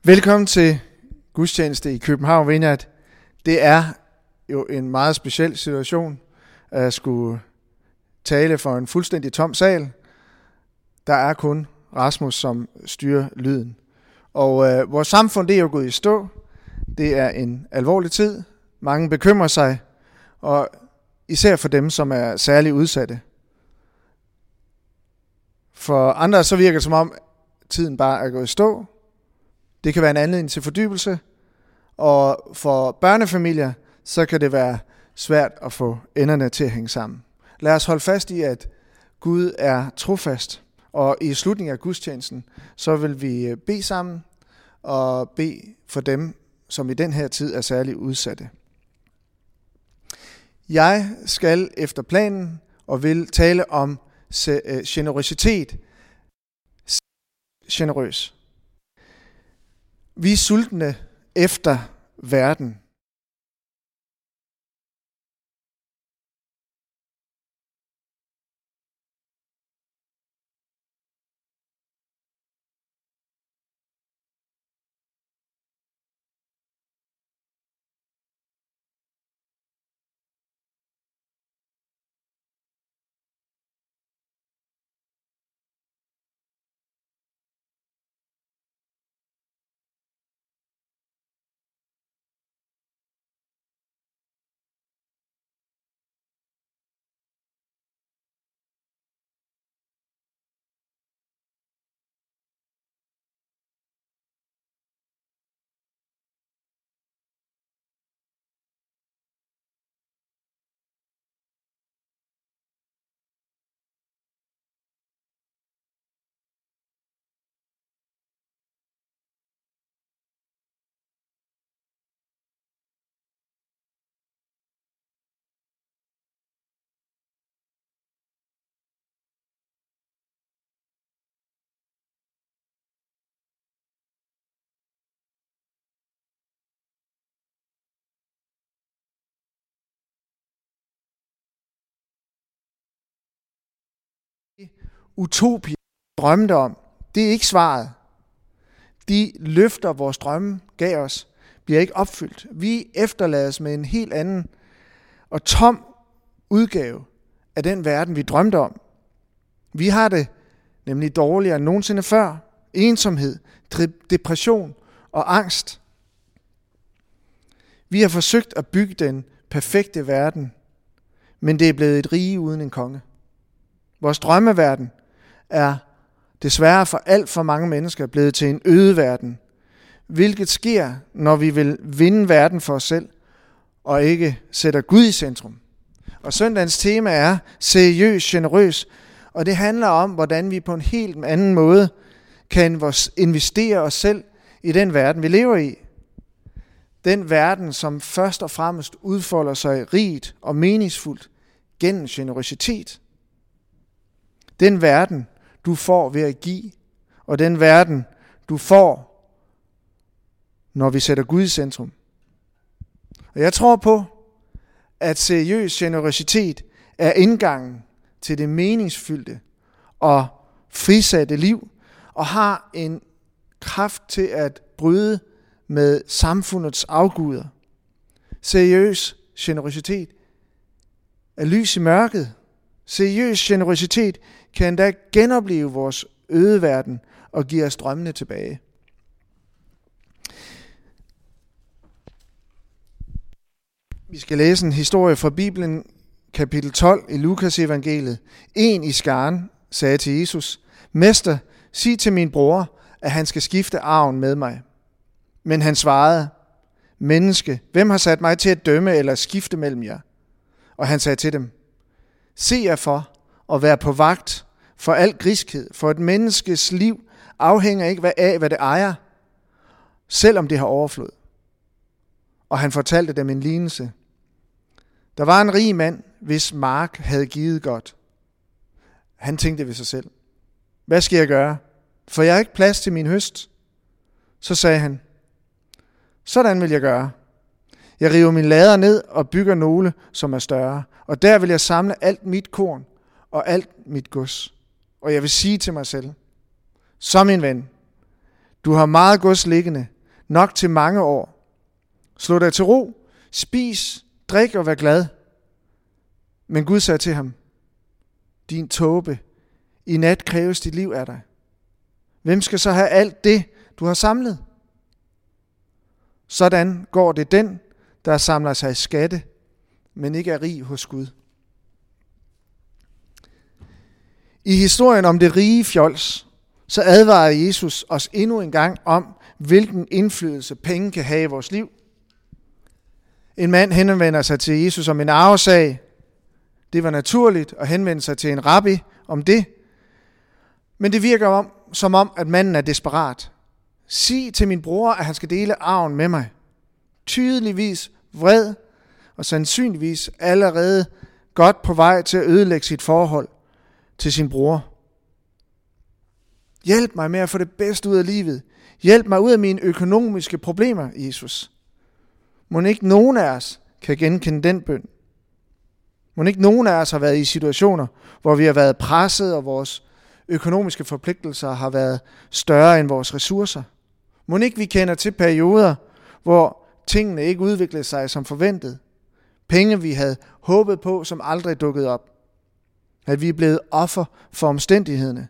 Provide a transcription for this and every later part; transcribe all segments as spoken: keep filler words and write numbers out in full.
Velkommen til gudstjeneste i København Vineyard. Det er jo en meget speciel situation at skulle tale for en fuldstændig tom sal. Der er kun Rasmus, som styrer lyden. Og øh, vores samfund det er jo gået i stå. Det er en alvorlig tid. Mange bekymrer sig, og især for dem, som er særligt udsatte. For andre så virker det som om tiden bare er gået i stå. Det kan være en anledning til fordybelse, og for børnefamilier, så kan det være svært at få enderne til at hænge sammen. Lad os holde fast i, at Gud er trofast, og i slutningen af gudstjenesten, så vil vi bede sammen og bede for dem, som i den her tid er særligt udsatte. Jeg skal efter planen og vil tale om generøsitet. Generøs. Vi er sultne efter verden. Utopia drømte om, det er ikke svaret. De løfter, vores drømme gav os, bliver ikke opfyldt. Vi efterlades med en helt anden og tom udgave af den verden, vi drømte om. Vi har det nemlig dårligere end nogensinde før. Ensomhed, depression og angst. Vi har forsøgt at bygge den perfekte verden, men det er blevet et rige uden en konge. Vores drømmeverden er desværre for alt for mange mennesker blevet til en øde verden, hvilket sker, når vi vil vinde verden for os selv, og ikke sætter Gud i centrum. Og søndagens tema er seriøs, generøs, og det handler om, hvordan vi på en helt anden måde kan investere os selv i den verden, vi lever i. Den verden, som først og fremmest udfolder sig rigt og meningsfuldt gennem generøsitet. Den verden, du får ved at give, og den verden, du får, når vi sætter Gud i centrum. Og jeg tror på, at seriøs generøsitet er indgangen til det meningsfyldte og frisatte liv, og har en kraft til at bryde med samfundets afguder. Seriøs generøsitet er lys i mørket. Seriøs generøsitet kan endda genopleve vores øde verden og give os drømmene tilbage. Vi skal læse en historie fra Bibelen, kapitel tolv i Lukas evangeliet. En i skaren sagde til Jesus: Mester, sig til min bror, at han skal skifte arven med mig. Men han svarede: Menneske, hvem har sat mig til at dømme eller skifte mellem jer? Og han sagde til dem: Se jer for og vær på vagt for al griskhed, for et menneskes liv afhænger ikke af, hvad det ejer, selvom det har overflod. Og han fortalte dem en lignelse. Der var en rig mand, hvis mark havde givet godt. Han tænkte ved sig selv: Hvad skal jeg gøre? For jeg har ikke plads til min høst. Så sagde han: Sådan vil jeg gøre. Jeg river mine lader ned og bygger nogle, som er større. Og der vil jeg samle alt mit korn og alt mit gods. Og jeg vil sige til mig selv: Så min ven, du har meget gods liggende, nok til mange år. Slå dig til ro, spis, drik og vær glad. Men Gud sagde til ham, din tåbe, i nat kræves dit liv af dig. Hvem skal så have alt det, du har samlet? Sådan går det den, der samler sig skatte, men ikke er rig hos Gud. I historien om det rige fjols, så advarer Jesus os endnu en gang om, hvilken indflydelse penge kan have i vores liv. En mand henvender sig til Jesus om en arvesag. Det var naturligt at henvende sig til en rabbi om det. Men det virker om, som om, at manden er desperat. Sig til min bror, at han skal dele arven med mig. Tydeligvis vred og sandsynligvis allerede godt på vej til at ødelægge sit forhold til sin bror. Hjælp mig med at få det bedste ud af livet. Hjælp mig ud af mine økonomiske problemer, Jesus. Må ikke nogen af os kan genkende den bøn. Må ikke nogen af os har været i situationer, hvor vi har været presset, og vores økonomiske forpligtelser har været større end vores ressourcer. Må ikke vi kender til perioder, hvor tingene ikke udviklede sig som forventet. Penge, vi havde håbet på, som aldrig dukkede op. At vi er blevet offer for omstændighedene.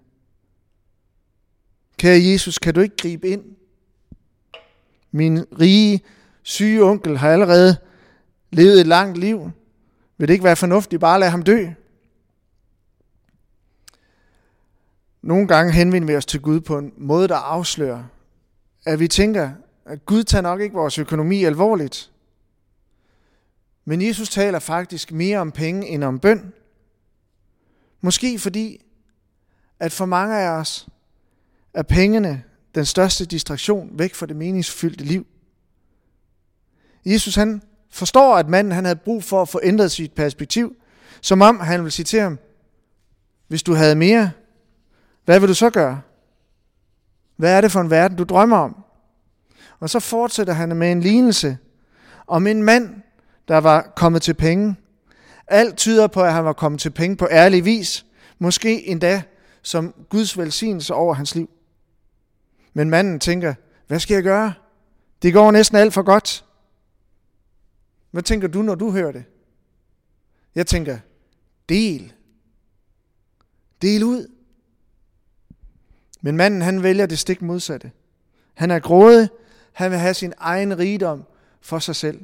Kære Jesus, kan du ikke gribe ind? Min rige, syge onkel har allerede levet et langt liv. Vil det ikke være fornuftigt bare at lade ham dø? Nogle gange henvender vi os til Gud på en måde, der afslører, at vi tænker, at Gud tager nok ikke vores økonomi alvorligt. Men Jesus taler faktisk mere om penge end om bøn. Måske fordi, at for mange af os er pengene den største distraktion væk fra det meningsfyldte liv. Jesus han forstår, at manden han havde brug for at få ændret sit perspektiv, som om han vil sige til ham, hvis du havde mere, hvad vil du så gøre? Hvad er det for en verden, du drømmer om? Og så fortsætter han med en lignelse om en mand, der var kommet til penge. Alt tyder på, at han var kommet til penge på ærlig vis, måske endda som Guds velsignelse over hans liv. Men manden tænker, hvad skal jeg gøre? Det går næsten alt for godt. Hvad tænker du, når du hører det? Jeg tænker, del. Del ud. Men manden, han vælger det stik modsatte. Han er grådig. Han vil have sin egen rigdom for sig selv.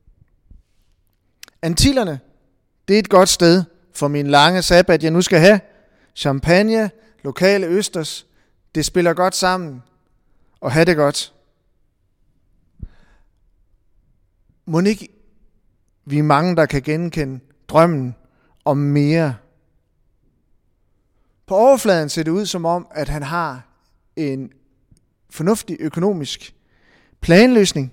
Antillerne, det er et godt sted for min lange sabbat, jeg nu skal have. Champagne, lokale østers, det spiller godt sammen. Og have det godt. Må ikke vi er mange, der kan genkende drømmen om mere. På overfladen ser det ud som om, at han har en fornuftig økonomisk planløsning.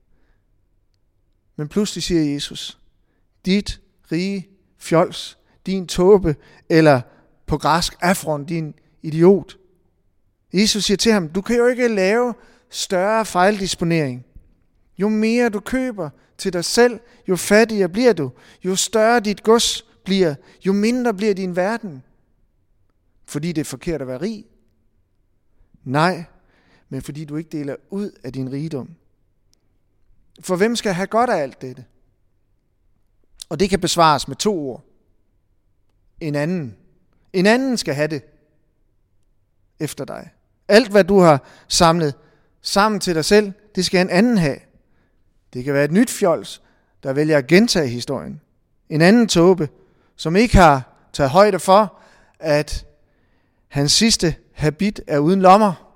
Men pludselig siger Jesus, dit rige fjols, din tåbe, eller på græsk afron, din idiot. Jesus siger til ham, du kan jo ikke lave større fejldisponering. Jo mere du køber til dig selv, jo fattigere bliver du. Jo større dit gods bliver, jo mindre bliver din verden. Fordi det er forkert at være rig? Nej, men fordi du ikke deler ud af din rigdom. For hvem skal have godt af alt dette? Og det kan besvares med to ord. En anden. En anden skal have det efter dig. Alt hvad du har samlet sammen til dig selv, det skal en anden have. Det kan være et nyt fjols, der vælger at gentage historien. En anden tåbe, som ikke har taget højde for, at hans sidste habit er uden lommer.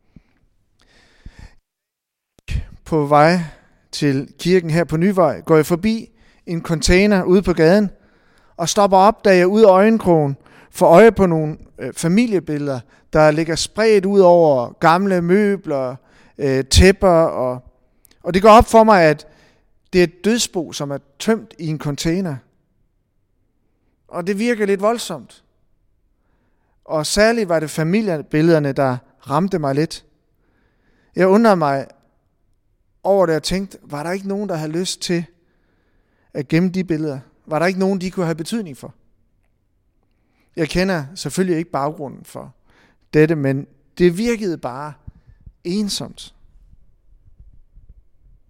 På vej til kirken her på Nyvej går jeg forbi en container ude på gaden og stopper op, da jeg ude af øjenkrogen får øje på nogle øh, familiebilleder, der ligger spredt ud over gamle møbler, øh, tæpper, og, og det går op for mig, at det er et dødsbo, som er tømt i en container. Og det virker lidt voldsomt. Og særligt var det familiebillederne, der ramte mig lidt. Jeg undrede mig over det og tænkte, var der ikke nogen, der havde lyst til at gemme de billeder? Var der ikke nogen, de kunne have betydning for? Jeg kender selvfølgelig ikke baggrunden for dette, men det virkede bare ensomt.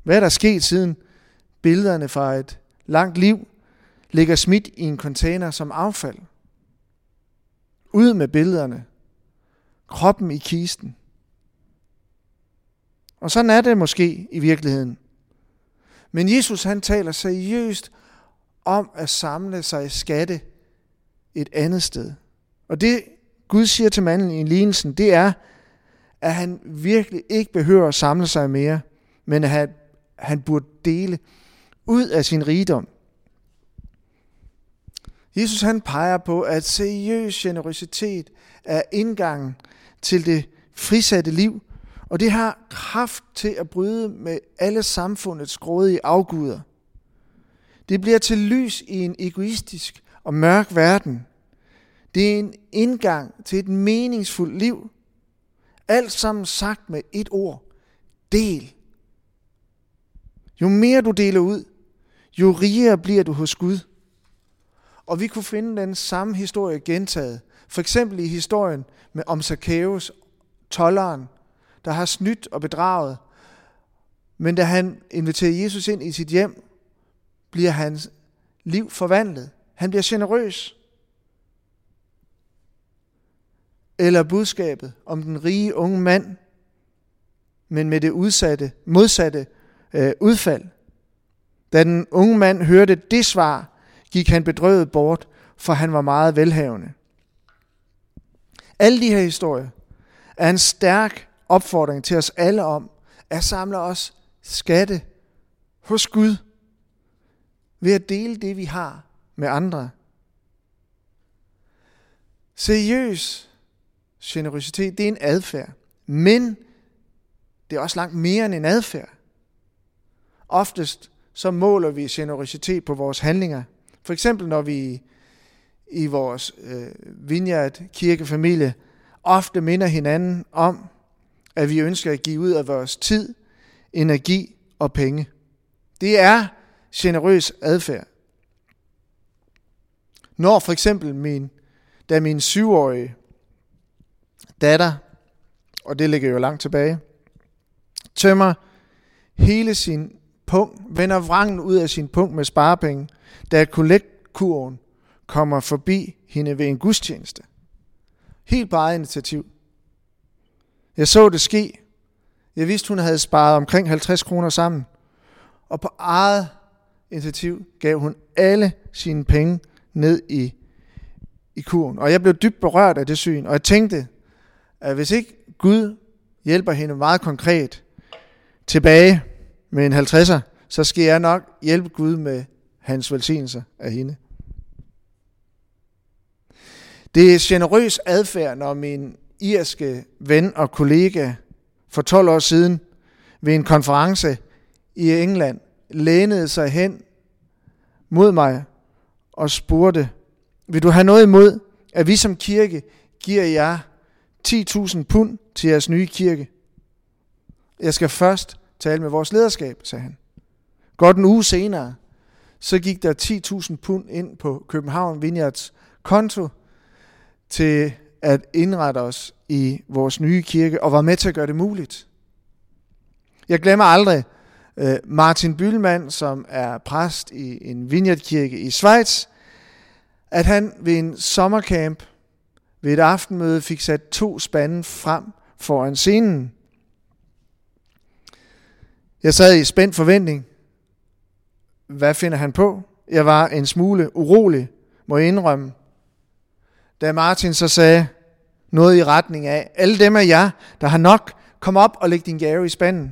Hvad er der sket siden billederne fra et langt liv ligger smidt i en container som affald? Ud med billederne. Kroppen i kisten. Og sådan er det måske i virkeligheden. Men Jesus han taler seriøst om at samle sig skatte et andet sted. Og det Gud siger til manden i lignelsen, det er, at han virkelig ikke behøver at samle sig mere, men at han, han burde dele ud af sin rigdom. Jesus han peger på, at seriøs generøsitet er indgangen til det frisatte liv, og det har kraft til at bryde med alle samfundets grådige afguder. Det bliver til lys i en egoistisk og mørk verden. Det er en indgang til et meningsfuldt liv. Alt sammen sagt med et ord. Del. Jo mere du deler ud, jo rigere bliver du hos Gud. Og vi kunne finde den samme historie gentaget. For eksempel i historien med om Zakæus, tolderen, der har snydt og bedraget. Men da han inviterer Jesus ind i sit hjem, bliver hans liv forvandlet. Han bliver generøs. Eller budskabet om den rige unge mand, men med det udsatte, modsatte øh, udfald. Da den unge mand hørte det svar, gik han bedrøvet bort, for han var meget velhavende. Alle de her historier er en stærk opfordring til os alle om at samle os skatte hos Gud ved at dele det, vi har med andre. Seriøs generøsitet, det er en adfærd, men det er også langt mere end en adfærd. Oftest så måler vi generøsitet på vores handlinger. For eksempel når vi i vores øh, Vineyard kirkefamilie ofte minder hinanden om, at vi ønsker at give ud af vores tid, energi og penge. Det er generøs adfærd. Når for eksempel min, da min syvårige datter, og det ligger jo langt tilbage, tømmer hele sin pung, vender vrangen ud af sin pung med sparepenge, da kollektkurven kommer forbi hende ved en gudstjeneste. Helt på eget initiativ. Jeg så det ske. Jeg vidste, hun havde sparet omkring halvtreds kroner sammen. Og på eget initiativ gav hun alle sine penge ned i, i kurven. Og jeg blev dybt berørt af det syn. Og jeg tænkte, at hvis ikke Gud hjælper hende meget konkret tilbage med en halvtredser, så skal jeg nok hjælpe Gud med hans velsignelse af hende. Det er generøs adfærd, når min irske ven og kollega for tolv år siden ved en konference i England lænede sig hen mod mig og spurgte, vil du have noget imod, at vi som kirke giver jer ti tusind pund til jeres nye kirke? Jeg skal først tale med vores lederskab, sagde han. Godt en uge senere, så gik der ti tusind pund ind på København Vineyards konto til at indrette os i vores nye kirke, og var med til at gøre det muligt. Jeg glemmer aldrig uh, Martin Bühlmann, som er præst i en Vineyardkirke i Schweiz, at han ved en sommercamp ved et aftenmøde fik sat to spande frem foran scenen. Jeg sad i spændt forventning. Hvad finder han på? Jeg var en smule urolig, må jeg indrømme. Da Martin så sagde noget i retning af, alle dem af jer, der har nok, kom op og læg din gave i spanden.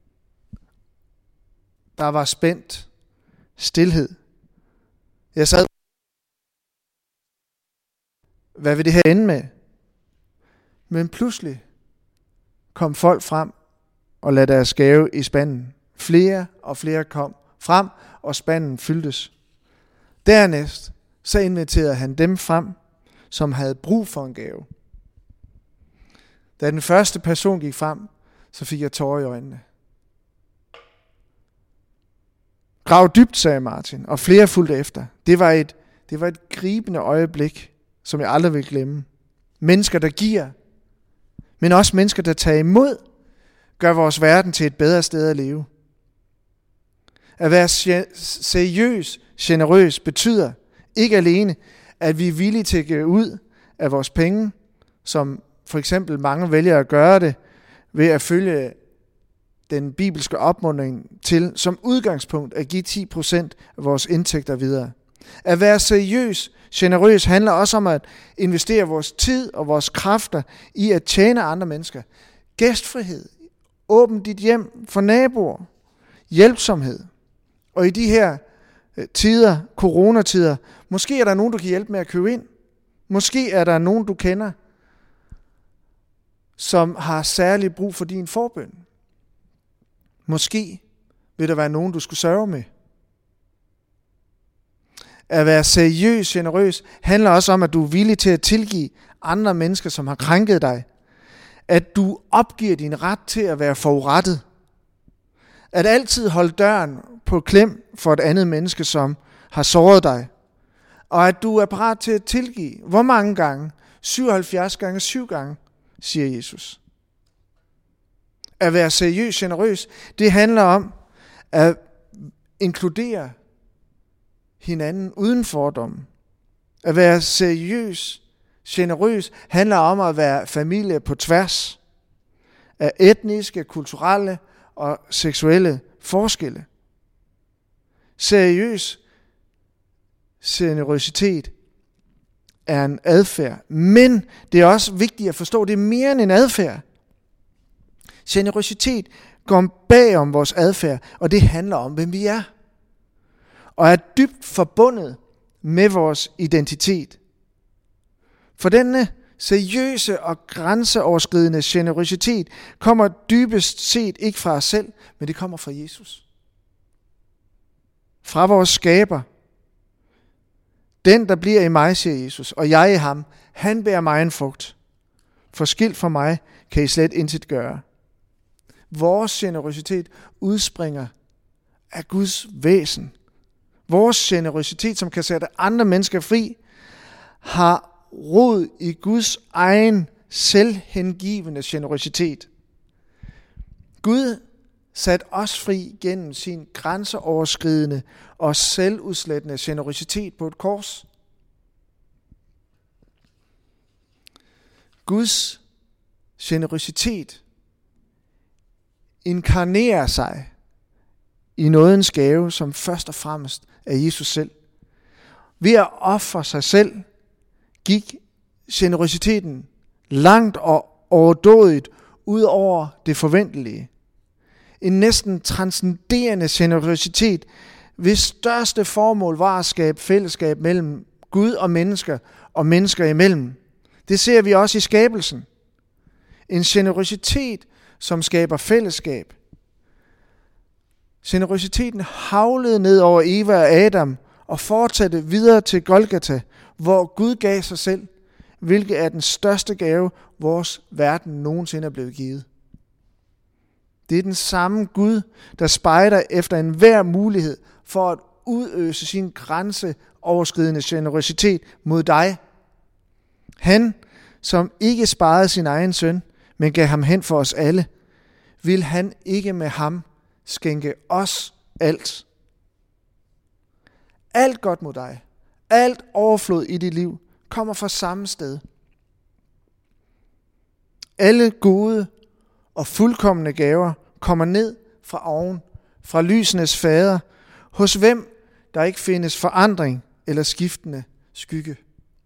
Der var spændt stilhed. Jeg sad. Hvad vil det her ende med? Men pludselig kom folk frem og lagde deres gave i spanden. Flere og flere kom frem, og spanden fyldtes. Dernæst så inviterede han dem frem, som havde brug for en gave. Da den første person gik frem, så fik jeg tårer i øjnene. Grav dybt, sagde Martin, og flere fulgte efter. Det var et, det var et gribende øjeblik, som jeg aldrig vil glemme. Mennesker, der giver, men også mennesker, der tager imod, gør vores verden til et bedre sted at leve. At være seriøs, generøs betyder ikke alene, at vi er villige til at give ud af vores penge, som for eksempel mange vælger at gøre det ved at følge den bibelske opmuntring til som udgangspunkt at give ti procent af vores indtægter videre. At være seriøs, generøs handler også om at investere vores tid og vores kræfter i at tjene andre mennesker. Gæstfrihed, åbn dit hjem for naboer, hjælpsomhed. Og i de her tider, coronatider, måske er der nogen, du kan hjælpe med at købe ind. Måske er der nogen, du kender, som har særlig brug for din forbøn. Måske vil der være nogen, du skulle sørge med. At være seriøs, generøs, handler også om, at du er villig til at tilgive andre mennesker, som har krænket dig. At du opgiver din ret til at være forurettet. At altid holde døren på klem for et andet menneske, som har såret dig. Og at du er parat til at tilgive. Hvor mange gange? syvoghalvfjerds gange syv gange, siger Jesus. At være seriøs, generøs, det handler om at inkludere hinanden uden fordomme. At være seriøs, generøs, handler om at være familie på tværs af etniske, kulturelle og seksuelle forskelle. Seriøs generøsitet er en adfærd, men det er også vigtigt at forstå, det er mere end en adfærd. Generøsitet går bag om vores adfærd, og det handler om, hvem vi er. Og er dybt forbundet med vores identitet. For denne seriøse og grænseoverskridende generøsitet kommer dybest set ikke fra os selv, men det kommer fra Jesus. Fra vores skaber. Den, der bliver i mig, siger Jesus, og jeg i ham, han bærer mig en frugt. For skilt fra mig kan I slet intet gøre. Vores generøsitet udspringer af Guds væsen. Vores generøsitet, som kan sætte andre mennesker fri, har rod i Guds egen selvhengivende generøsitet. Gud satte os fri gennem sin grænseoverskridende og selvudslættende generøsitet på et kors. Guds generøsitet inkarnerer sig i nådens gave, som først og fremmest er Jesus selv. Ved at ofre sig selv, gik generøsiteten langt og overdådigt ud over det forventelige. En næsten transcenderende generøsitet, hvis største formål var at skabe fællesskab mellem Gud og mennesker og mennesker imellem. Det ser vi også i skabelsen. En generøsitet, som skaber fællesskab. Generøsiteten haglede ned over Eva og Adam og fortsatte videre til Golgata, hvor Gud gav sig selv, hvilket er den største gave, vores verden nogensinde er blevet givet. Det er den samme Gud, der spejder efter enhver mulighed for at udøse sin grænseoverskridende generøsitet mod dig. Han, som ikke sparede sin egen søn, men gav ham hen for os alle, vil han ikke med ham skænke os alt. Alt godt mod dig, alt overflod i dit liv, kommer fra samme sted. Alle gode og fuldkomne gaver kommer ned fra oven, fra lysenes fader, hos hvem der ikke findes forandring eller skiftende skygge.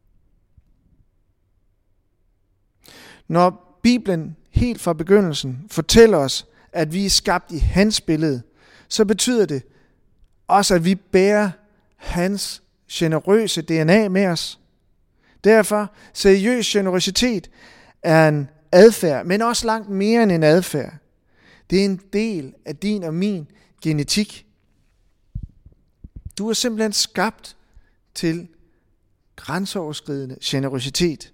Når Bibelen helt fra begyndelsen fortæller os, at vi er skabt i hans billede, så betyder det også, at vi bærer hans generøse D N A med os. Derfor, seriøs generøsitet er en adfærd, men også langt mere end en adfærd. Det er en del af din og min genetik. Du er simpelthen skabt til grænseoverskridende generøsitet.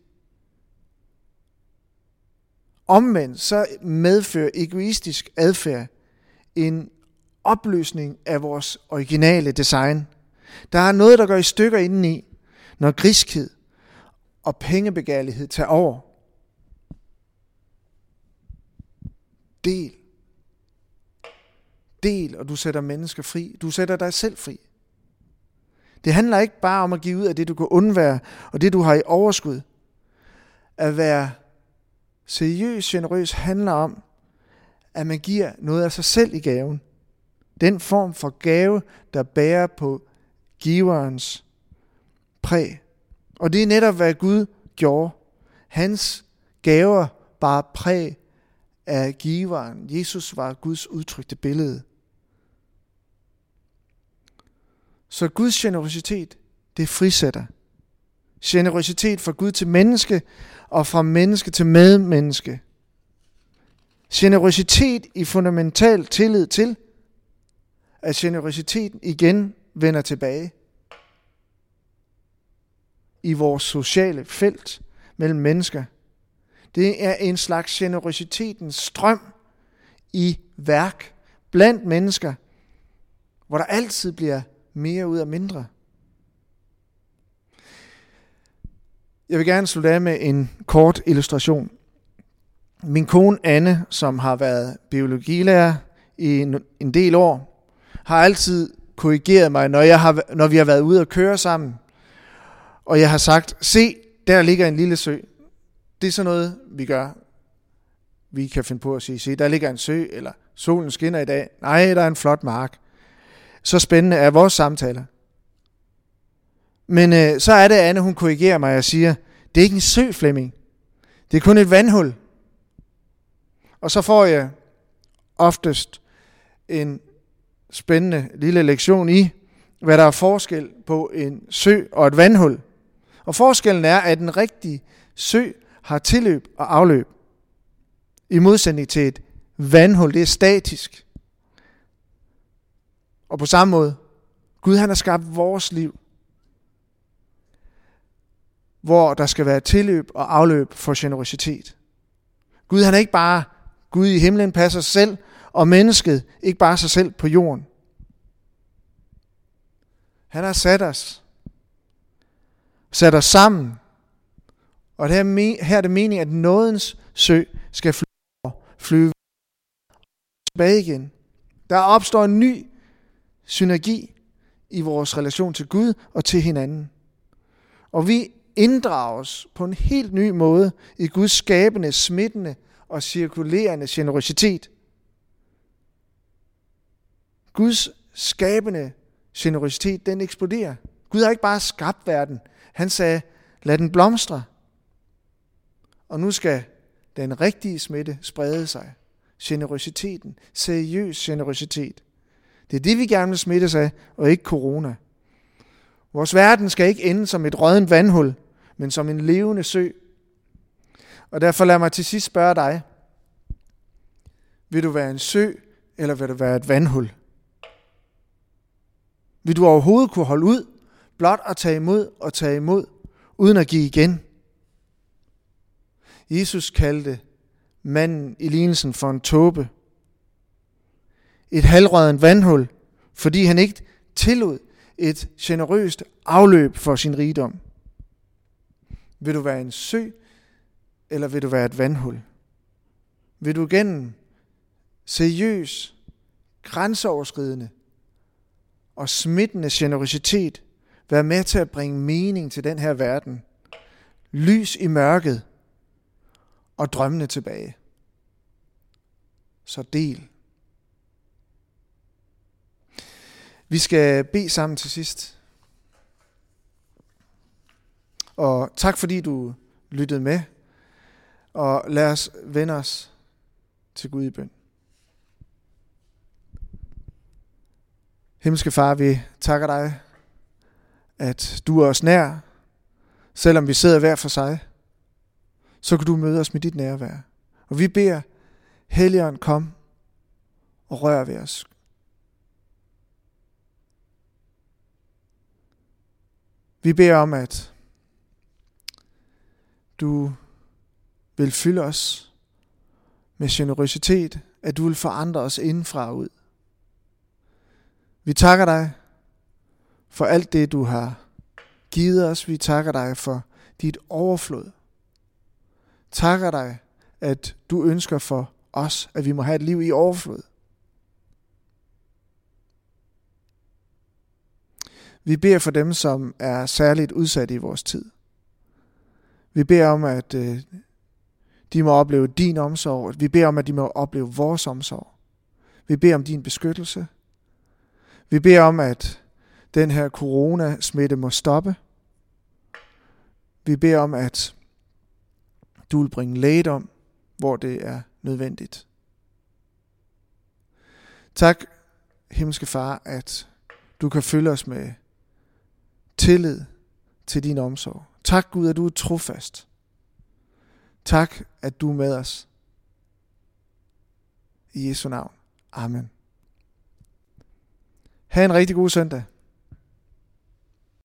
Omvendt så medfører egoistisk adfærd en opløsning af vores originale design. Der er noget, der går i stykker indeni, når griskhed og pengebegærlighed tager over. Del. del, og du sætter mennesker fri. Du sætter dig selv fri. Det handler ikke bare om at give ud af det, du kan undvære, og det, du har i overskud. At være seriøs, generøs handler om, at man giver noget af sig selv i gaven. Den form for gave, der bærer på giverens præg. Og det er netop, hvad Gud gjorde. Hans gaver bar præg af giveren. Jesus var Guds udtrykte billede. Så Guds generøsitet, det frisætter. Generøsitet fra Gud til menneske, og fra menneske til medmenneske. Generøsitet i fundamental tillid til, at generøsiteten igen vender tilbage i vores sociale felt mellem mennesker. Det er en slags generøsitetens strøm i værk blandt mennesker, hvor der altid bliver mere ud af mindre. Jeg vil gerne slutte af med en kort illustration. Min kone Anne, som har været biologilærer i en, en del år, har altid korrigeret mig, når, jeg har, når vi har været ude at køre sammen. Og jeg har sagt, se, der ligger en lille sø. Det er sådan noget, vi gør. Vi kan finde på at sige, se, der ligger en sø, eller solen skinner i dag. Nej, der er en flot mark. Så spændende er vores samtaler. Men øh, så er det, Anne, hun korrigerer mig og siger, det er ikke en sø, Flemming. Det er kun et vandhul. Og så får jeg oftest en spændende lille lektion i, hvad der er forskel på en sø og et vandhul. Og forskellen er, at en rigtig sø har tilløb og afløb. I modsætning til et vandhul, det er statisk. Og på samme måde, Gud han har skabt vores liv, hvor der skal være tilløb og afløb for generøsitet. Gud han er ikke bare Gud i himlen passer sig selv, og mennesket ikke bare sig selv på jorden. Han har sat os, sat os sammen, og her er det meningen, at nådens sø skal flyve, flyve tilbage igen. Der opstår en ny synergi i vores relation til Gud og til hinanden. Og vi inddrages på en helt ny måde i Guds skabende, smittende og cirkulerende generøsitet. Guds skabende generøsitet, den eksploderer. Gud har ikke bare skabt verden. Han sagde, lad den blomstre. Og nu skal den rigtige smitte sprede sig. Generøsiteten, seriøs generøsitet. Det er det, vi gerne vil smittes af, og ikke corona. Vores verden skal ikke ende som et råddent vandhul, men som en levende sø. Og derfor lad mig til sidst spørge dig. Vil du være en sø, eller vil du være et vandhul? Vil du overhovedet kunne holde ud, blot at tage imod og tage imod, uden at give igen? Jesus kaldte manden i lignelsen for en tåbe. Et halvråddent vandhul, fordi han ikke tillod et generøst afløb for sin rigdom. Vil du være en sø, eller vil du være et vandhul? Vil du gennem seriøs, grænseoverskridende og smittende generøsitet være med til at bringe mening til den her verden, lys i mørket og drømmene tilbage? Så del. Vi skal bede sammen til sidst. Og tak fordi du lyttede med. Og lad os vende os til Gud i bøn. Himmelske Far, vi takker dig, at du er os nær. Selvom vi sidder hver for sig, så kan du møde os med dit nærvær. Og vi beder, Helligånd, kom og rør ved os. Vi beder om, at du vil fylde os med generøsitet, at du vil forandre os indenfra og ud. Vi takker dig for alt det, du har givet os. Vi takker dig for dit overflod. Takker dig, at du ønsker for os, at vi må have et liv i overflod. Vi beder for dem, som er særligt udsatte i vores tid. Vi beder om, at øh, de må opleve din omsorg. Vi beder om, at de må opleve vores omsorg. Vi beder om din beskyttelse. Vi beder om, at den her coronasmitte må stoppe. Vi beder om, at du vil bringe lægedom, hvor det er nødvendigt. Tak, himmelske Far, at du kan fylde os med tillid til din omsorg. Tak, Gud, at du er trofast. Tak, at du er med os. I Jesu navn. Amen. Ha' en rigtig god søndag.